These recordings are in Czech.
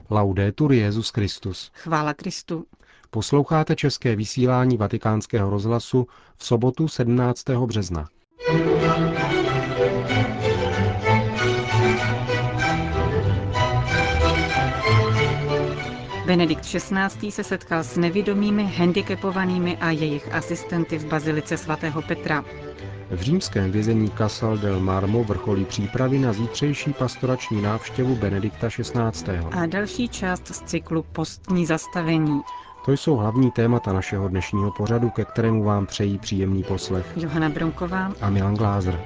Laudetur Jesus Christus. Chvála Kristu. Posloucháte české vysílání Vatikánského rozhlasu v sobotu 17. března. Benedikt XVI. Se setkal s nevidomými, handicapovanými a jejich asistenty v bazilice svatého Petra. V římském vězení Casal del Marmo vrcholí přípravy na zítřejší pastorační návštěvu Benedikta XVI. A další část z cyklu Postní zastavení. To jsou hlavní témata našeho dnešního pořadu, ke kterému vám přejí příjemný poslech Johana Bronková a Milan Glázer.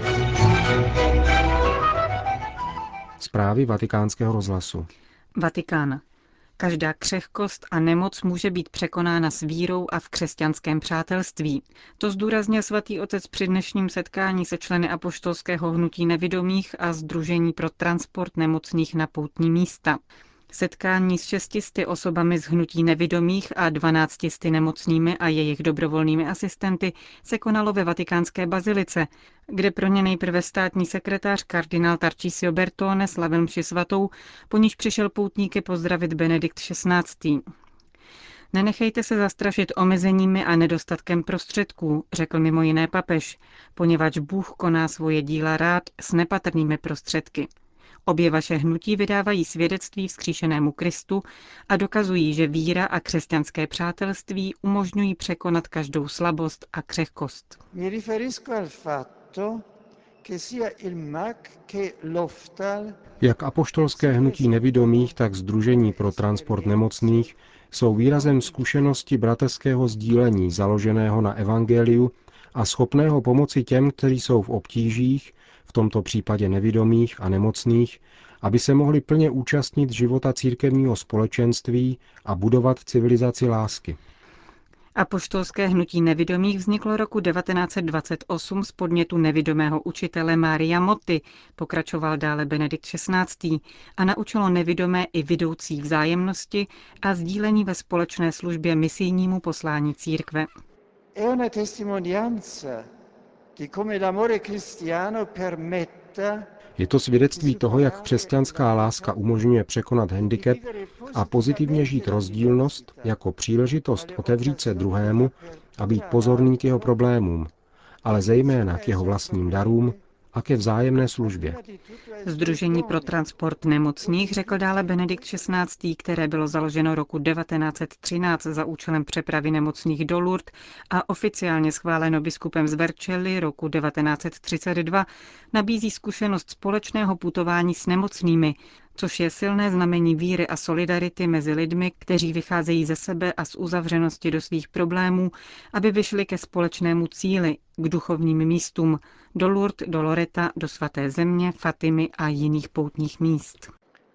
Zprávy Vatikánského rozhlasu. Vatikán. Každá křehkost a nemoc může být překonána s vírou a v křesťanském přátelství. To zdůraznil svatý otec při dnešním setkání se členy apoštolského hnutí nevidomých a Sdružení pro transport nemocných na poutní místa. Setkání s 600 osobami z hnutí nevidomých a 1200 nemocnými a jejich dobrovolnými asistenty se konalo ve Vatikánské bazilice, kde pro ně nejprve státní sekretář kardinál Tarcisio Bertone slavil mši svatou, po níž přišel poutníky pozdravit Benedikt XVI. Nenechejte se zastrašit omezeními a nedostatkem prostředků, řekl mimo jiné papež, poněvadž Bůh koná svoje díla rád s nepatrnými prostředky. Obě vaše hnutí vydávají svědectví vzkříšenému Kristu a dokazují, že víra a křesťanské přátelství umožňují překonat každou slabost a křehkost. Jak apoštolské hnutí nevidomých, tak Sdružení pro transport nemocných jsou výrazem zkušenosti bratrského sdílení založeného na evangeliu a schopného pomoci těm, kteří jsou v obtížích, v tomto případě nevidomých a nemocných, aby se mohli plně účastnit života církevního společenství a budovat civilizaci lásky. Apoštolské hnutí nevidomých vzniklo roku 1928 z podnětu nevidomého učitele Maria Motti, pokračoval dále Benedikt XVI. A naučilo nevidomé i vidoucí vzájemnosti a sdílení ve společné službě misijnímu poslání církve. Je to svědectví toho, jak křesťanská láska umožňuje překonat handicap a pozitivně žít rozdílnost jako příležitost otevřít se druhému a být pozorný k jeho problémům, ale zejména k jeho vlastním darům a ke vzájemné službě. Sdružení pro transport nemocných, řekl dále Benedikt XVI., které bylo založeno roku 1913 za účelem přepravy nemocných do Lourdes a oficiálně schváleno biskupem z Vercelli roku 1932, nabízí zkušenost společného putování s nemocnými, což je silné znamení víry a solidarity mezi lidmi, kteří vycházejí ze sebe a z uzavřenosti do svých problémů, aby vyšli ke společnému cíli, k duchovním místům, do Lourdes, do Loreta, do svaté země, Fatimy a jiných poutních míst.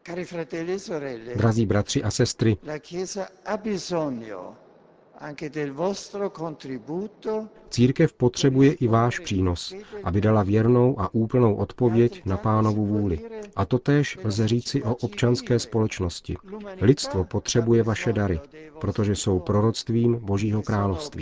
Drazí bratři a sestry, církev potřebuje i váš přínos, aby dala věrnou a úplnou odpověď na Pánovu vůli. A totéž lze říci o občanské společnosti. Lidstvo potřebuje vaše dary, protože jsou proroctvím Božího království.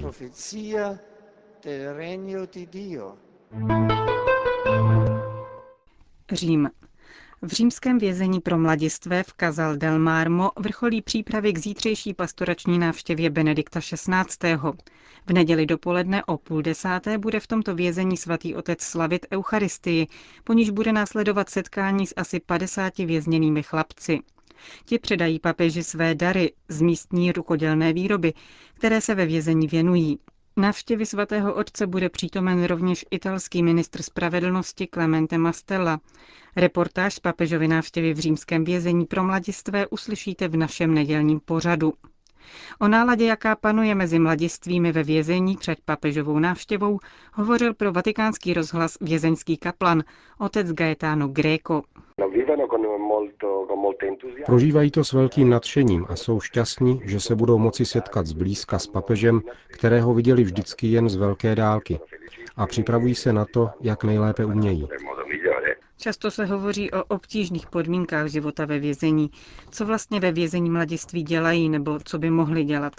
Řím. V římském vězení pro mladistvé v Casal del Marmo vrcholí přípravy k zítřejší pastorační návštěvě Benedikta XVI. V neděli dopoledne o 9:30 bude v tomto vězení svatý otec slavit Eucharistii, po níž bude následovat setkání s asi 50 vězněnými chlapci. Ti předají papeži své dary z místní rukodělné výroby, které se ve vězení věnují. Návštěvy svatého otce bude přítomen rovněž italský ministr spravedlnosti Clemente Mastella. Reportáž z papežovy návštěvy v římském vězení pro mladistvé uslyšíte v našem nedělním pořadu. O náladě, jaká panuje mezi mladistvými ve vězení před papežovou návštěvou, hovořil pro Vatikánský rozhlas vězeňský kaplan, otec Gaetano Greco. Prožívají to s velkým nadšením a jsou šťastní, že se budou moci setkat zblízka s papežem, kterého viděli vždycky jen z velké dálky, a připravují se na to, jak nejlépe umějí. Často se hovoří o obtížných podmínkách života ve vězení. Co vlastně ve vězení mladiství dělají, nebo co by mohli dělat?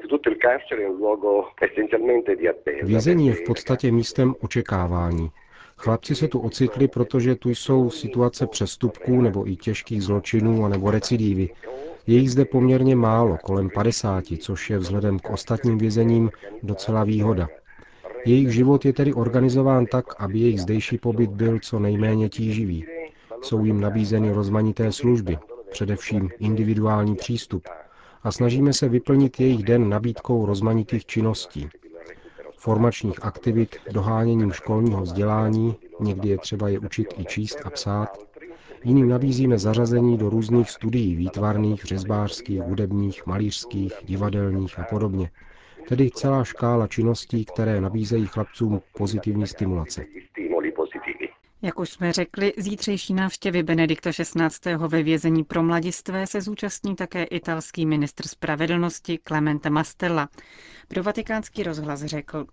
Vězení je v podstatě místem očekávání. Chlapci se tu ocitli, protože tu jsou situace přestupků nebo i těžkých zločinů nebo recidívy. Je jich zde poměrně málo, kolem 50, což je vzhledem k ostatním vězením docela výhoda. Jejich život je tedy organizován tak, aby jejich zdejší pobyt byl co nejméně tíživý. Jsou jim nabízeny rozmanité služby, především individuální přístup, a snažíme se vyplnit jejich den nabídkou rozmanitých činností. Formačních aktivit, doháněním školního vzdělání, někdy je třeba je učit i číst a psát, jiným nabízíme zařazení do různých studií výtvarných, řezbářských, hudebních, malířských, divadelních a podobně. Tedy celá škála činností, které nabízejí chlapcům pozitivní stimulace. Jak už jsme řekli, zítřejší návštěvy Benedikta XVI. Ve vězení pro mladistvé se zúčastní také italský ministr spravedlnosti Clemente Mastella. Pro Vatikánský rozhlas řekl: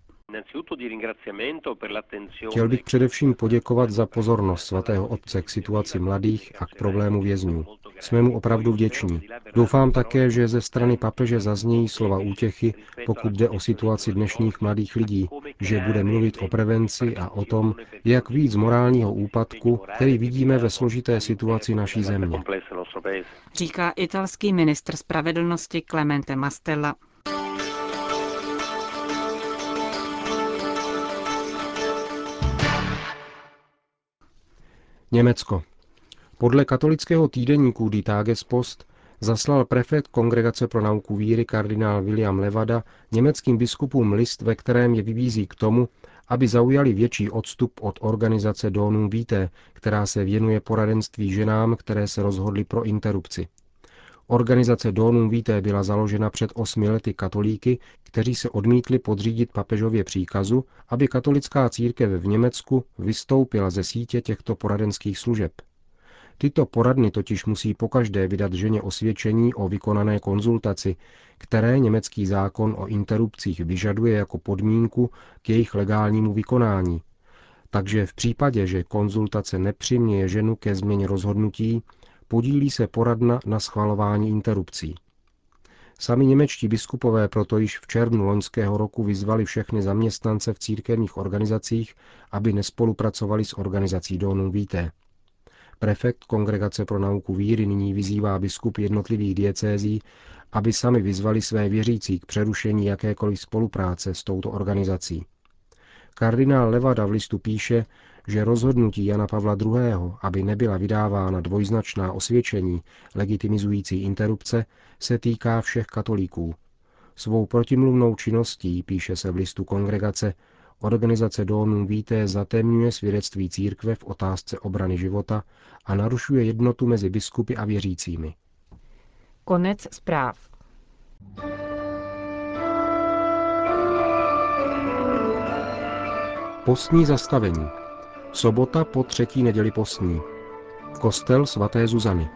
Chtěl bych především poděkovat za pozornost svatého otce k situaci mladých a k problému vězňů. Jsme mu opravdu vděční. Doufám také, že ze strany papeže zaznějí slova útěchy, pokud jde o situaci dnešních mladých lidí, že bude mluvit o prevenci a o tom, jak vyjít z morálního úpadku, který vidíme ve složité situaci naší země. Říká italský ministr spravedlnosti Clemente Mastella. Německo. Podle katolického týdeníku Die Tagespost zaslal prefekt Kongregace pro nauku víry kardinál William Levada německým biskupům list, ve kterém je vybízí k tomu, aby zaujali větší odstup od organizace Donum Vitae, která se věnuje poradenství ženám, které se rozhodly pro interrupci. Organizace Donum Vitae byla založena před 8 lety katolíky, kteří se odmítli podřídit papežově příkazu, aby katolická církev v Německu vystoupila ze sítě těchto poradenských služeb. Tyto poradny totiž musí pokaždé vydat ženě osvědčení o vykonané konzultaci, které německý zákon o interrupcích vyžaduje jako podmínku k jejich legálnímu vykonání. Takže v případě, že konzultace nepřiměje ženu ke změně rozhodnutí, podílí se poradna na schvalování interrupcí. Sami němečtí biskupové proto již v červnu loňského roku vyzvali všechny zaměstnance v církevních organizacích, aby nespolupracovali s organizací Donum Vitae. Prefekt Kongregace pro nauku víry nyní vyzývá biskupy jednotlivých diecézí, aby sami vyzvali své věřící k přerušení jakékoliv spolupráce s touto organizací. Kardinál Levada v listu píše, že rozhodnutí Jana Pavla II., aby nebyla vydávána dvojznačná osvědčení legitimizující interrupce, se týká všech katolíků. Svou protimluvnou činností, píše se v listu Kongregace, organizace Donum Vitae zatemňuje svědectví církve v otázce obrany života a narušuje jednotu mezi biskupy a věřícími. Konec zpráv. Postní zastavení. Sobota po 3. neděli postní. Kostel svaté Zuzany.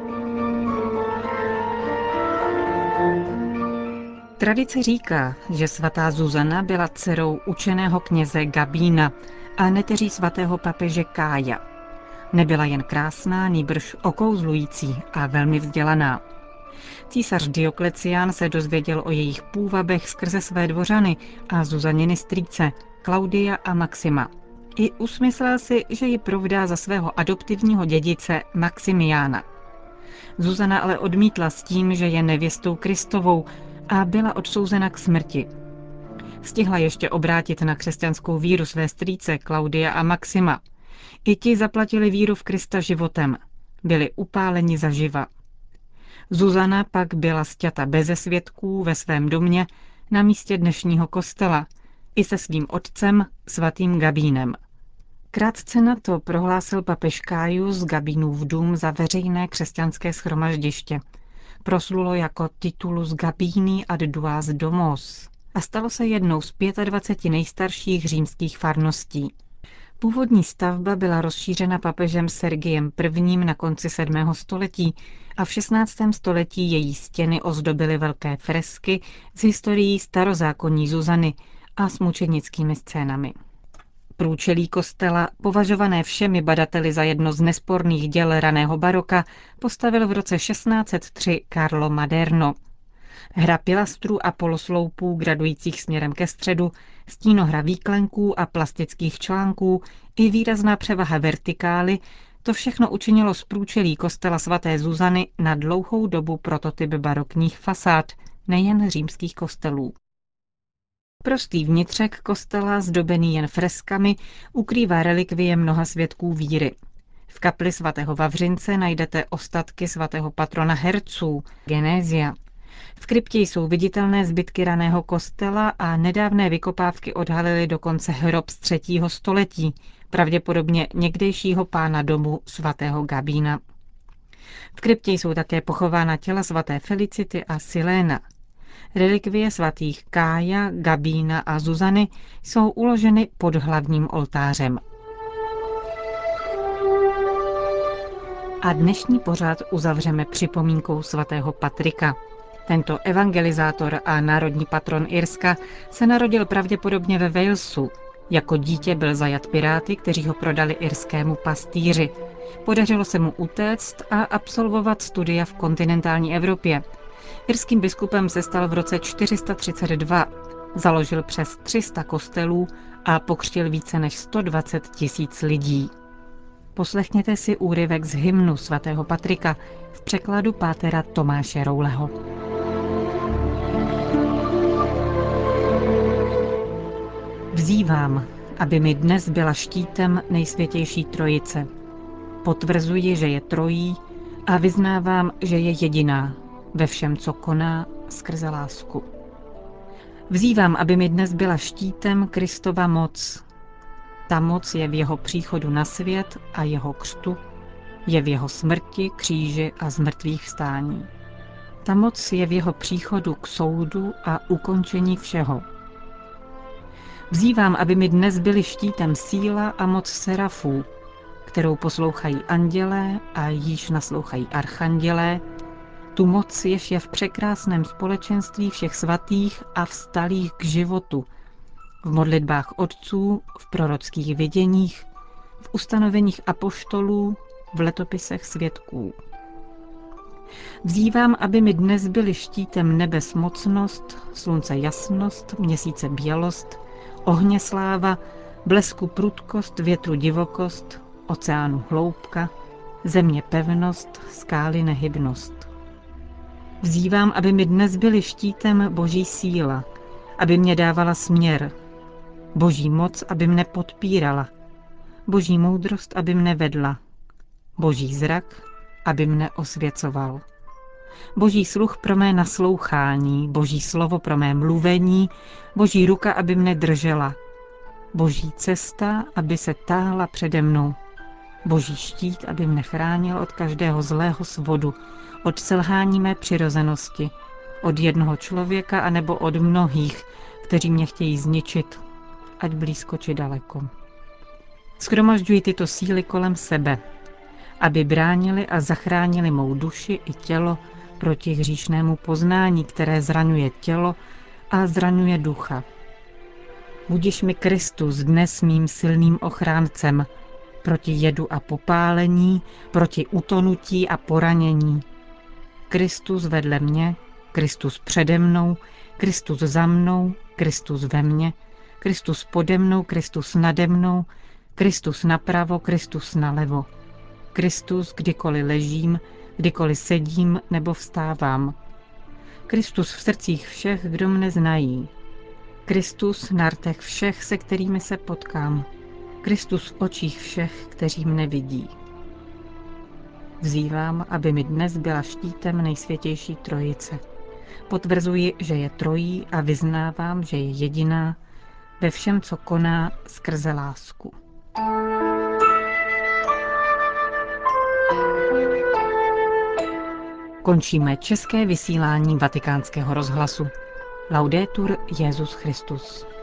Tradice říká, že svatá Zuzana byla dcerou učeného kněze Gabína a neteří svatého papeže Kája. Nebyla jen krásná, nýbrž okouzlující a velmi vzdělaná. Císař Dioklecián se dozvěděl o jejich půvabech skrze své dvořany a Zuzaniny strýce, Klaudia a Maxima. I usmyslel si, že ji provdá za svého adoptivního dědice Maximiána. Zuzana ale odmítla s tím, že je nevěstou Kristovou a byla odsouzena k smrti. Stihla ještě obrátit na křesťanskou víru své strýce Klaudia a Maxima. I ti zaplatili víru v Krista životem. Byli upáleni zaživa. Zuzana pak byla sťata beze svědků ve svém domě na místě dnešního kostela i se svým otcem, svatým Gabínem. Krátce na to prohlásil papež Kájus Gabínův dům za veřejné křesťanské shromaždiště. Proslulo jako Titulus Gabini ad duas domos a stalo se jednou z 25 nejstarších římských farností. Původní stavba byla rozšířena papežem Sergiem I. Na konci 7. století a v 16. století její stěny ozdobily velké fresky s historií starozákonní Zuzany a s mučednickými scénami. Průčelí kostela, považované všemi badateli za jedno z nesporných děl raného baroka, postavil v roce 1603 Carlo Maderno. Hra pilastrů a polosloupů gradujících směrem ke středu, stínohra výklenků a plastických článků i výrazná převaha vertikály To všechno učinilo z průčelí kostela svaté Zuzany na dlouhou dobu prototyp barokních fasád, nejen římských kostelů. Prostý vnitřek kostela, zdobený jen freskami, ukrývá relikvie mnoha svědků víry. V kapli svatého Vavřince najdete ostatky svatého patrona herců, Genésia. V kryptě jsou viditelné zbytky raného kostela a nedávné vykopávky odhalily dokonce hrob z 3. století, pravděpodobně někdejšího pána domu svatého Gabína. V kryptě jsou také pochována těla svaté Felicity a Siléna. Relikvie svatých Kája, Gabína a Zuzany jsou uloženy pod hlavním oltářem. A dnešní pořad uzavřeme připomínkou svatého Patrika. Tento evangelizátor a národní patron Irska se narodil pravděpodobně ve Walesu. Jako dítě byl zajat piráty, kteří ho prodali irskému pastýři. Podařilo se mu utéct a absolvovat studia v kontinentální Evropě. Irským biskupem se stal v roce 432. Založil přes 300 kostelů a pokřtil více než 120 000 lidí. Poslechněte si úryvek z hymnu svatého Patrika v překladu pátera Tomáše Rouleho. Vzývám, aby mi dnes byla štítem nejsvětější trojice. Potvrzuji, že je trojí a vyznávám, že je jediná, ve všem, co koná, skrze lásku. Vzývám, aby mi dnes byla štítem Kristova moc. Ta moc je v jeho příchodu na svět a jeho křtu, je v jeho smrti, kříži a zmrtvých vstání. Ta moc je v jeho příchodu k soudu a ukončení všeho. Vzývám, aby mi dnes byly štítem síla a moc serafů, kterou poslouchají andělé a jíž naslouchají archandělé, tu moc, jež je v překrásném společenství všech svatých a vstalých k životu, v modlitbách otců, v prorockých viděních, v ustanoveních apoštolů, v letopisech svědků. Vzývám, aby mi dnes byly štítem nebes mocnost, slunce jasnost, měsíce bělost, ohně sláva, blesku prudkost, větru divokost, oceánu hloubka, země pevnost, skály nehybnost. Vzývám, aby mi dnes byly štítem boží síla, aby mě dávala směr, boží moc, aby mne podpírala, boží moudrost, aby mne vedla, boží zrak, aby mne osvěcoval. Boží sluch pro mé naslouchání, boží slovo pro mé mluvení, boží ruka, aby mne držela, boží cesta, aby se táhla přede mnou, boží štít, aby mne chránil od každého zlého svodu, od selhání mé přirozenosti, od jednoho člověka anebo od mnohých, kteří mě chtějí zničit, ať blízko či daleko. Shromažďuji tyto síly kolem sebe, aby bránili a zachránili mou duši i tělo proti hříšnému poznání, které zraňuje tělo a zraňuje ducha. Budiš mi Kristus dnes mým silným ochráncem proti jedu a popálení, proti utonutí a poranění. Kristus vedle mě, Kristus přede mnou, Kristus za mnou, Kristus ve mně, Kristus pode mnou, Kristus nade mnou, Kristus napravo, Kristus nalevo. Kristus, kdykoliv ležím, kdykoliv sedím nebo vstávám. Kristus v srdcích všech, kdo mne znají. Kristus na rtech všech, se kterými se potkám. Kristus v očích všech, kteří mne vidí. Vzývám, aby mi dnes byla štítem nejsvětější trojice. Potvrzuji, že je trojí a vyznávám, že je jediná, ve všem, co koná, skrze lásku. Končíme české vysílání Vatikánského rozhlasu. Laudetur Jesus Christus.